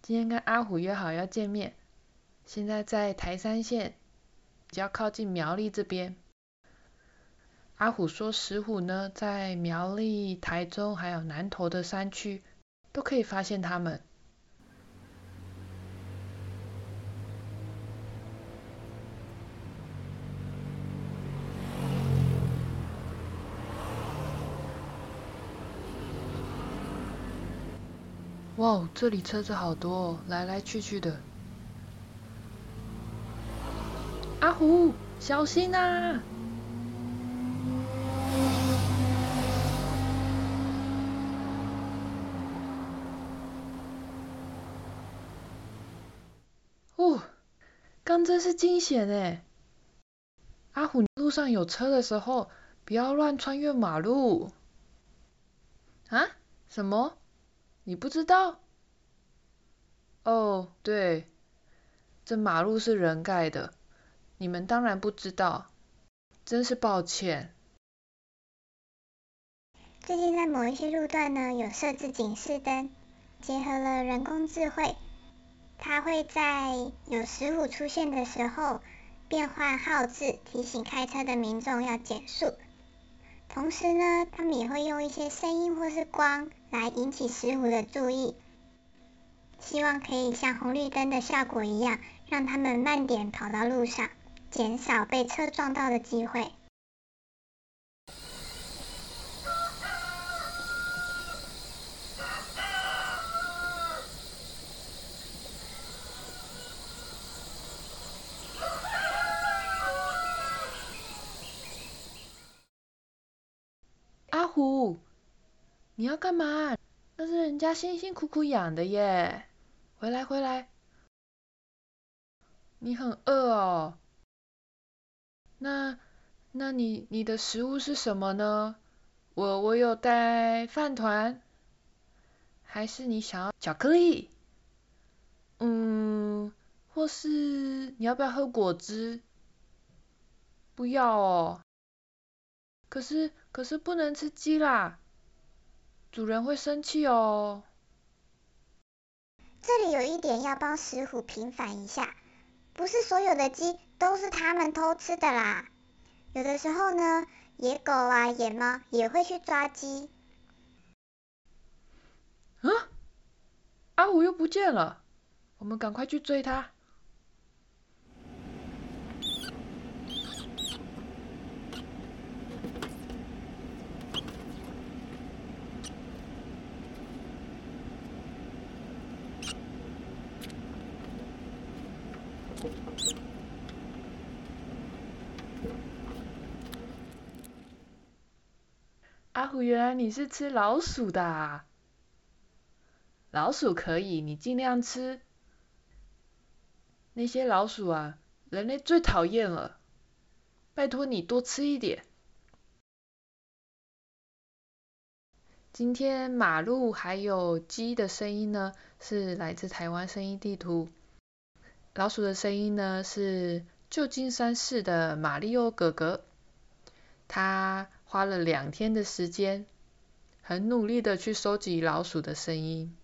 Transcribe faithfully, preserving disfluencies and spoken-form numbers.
今天跟阿虎约好要见面，现在在台三线，比较靠近苗栗这边。阿虎说石虎呢，在苗栗、台中还有南投的山区都可以发现它们。哇，这里车子好多哦，来来去去的。阿虎，小心啊！哦，刚真是惊险哎！阿虎，路上有车的时候，不要乱穿越马路。啊？什么？你不知道？哦，对，这马路是人盖的，你们当然不知道，真是抱歉。 最近在某一些路段呢，有设置警示灯，结合了人工智慧，它会在有石虎出现的时候变换号志，提醒开车的民众要减速。同时呢，他们也会用一些声音或是光来引起石虎的注意，希望可以像红绿灯的效果一样，让他们慢点跑到路上，减少被车撞到的机会。 阿虎，你要干嘛？那是人家辛辛苦苦养的耶！回来回来，你很饿哦。那那你你的食物是什么呢？我我有带饭团，还是你想要巧克力？嗯，或是你要不要喝果汁？不要哦。可是可是不能吃鸡啦，主人会生气哦。 这里有一点要帮石虎平反一下，不是所有的鸡都是他们偷吃的啦。有的时候呢，野狗啊、野猫也会去抓鸡。 啊！阿虎又不见了，我们赶快去追他。阿虎，原来你是吃老鼠的啊！老鼠可以，你尽量吃。那些老鼠啊，人类最讨厌了。拜托你多吃一点。今天马路还有鸡的声音呢，是来自台湾声音地图。老鼠的声音呢，是旧金山市的马里奥哥哥。他花了两天的时间，很努力的去收集老鼠的声音。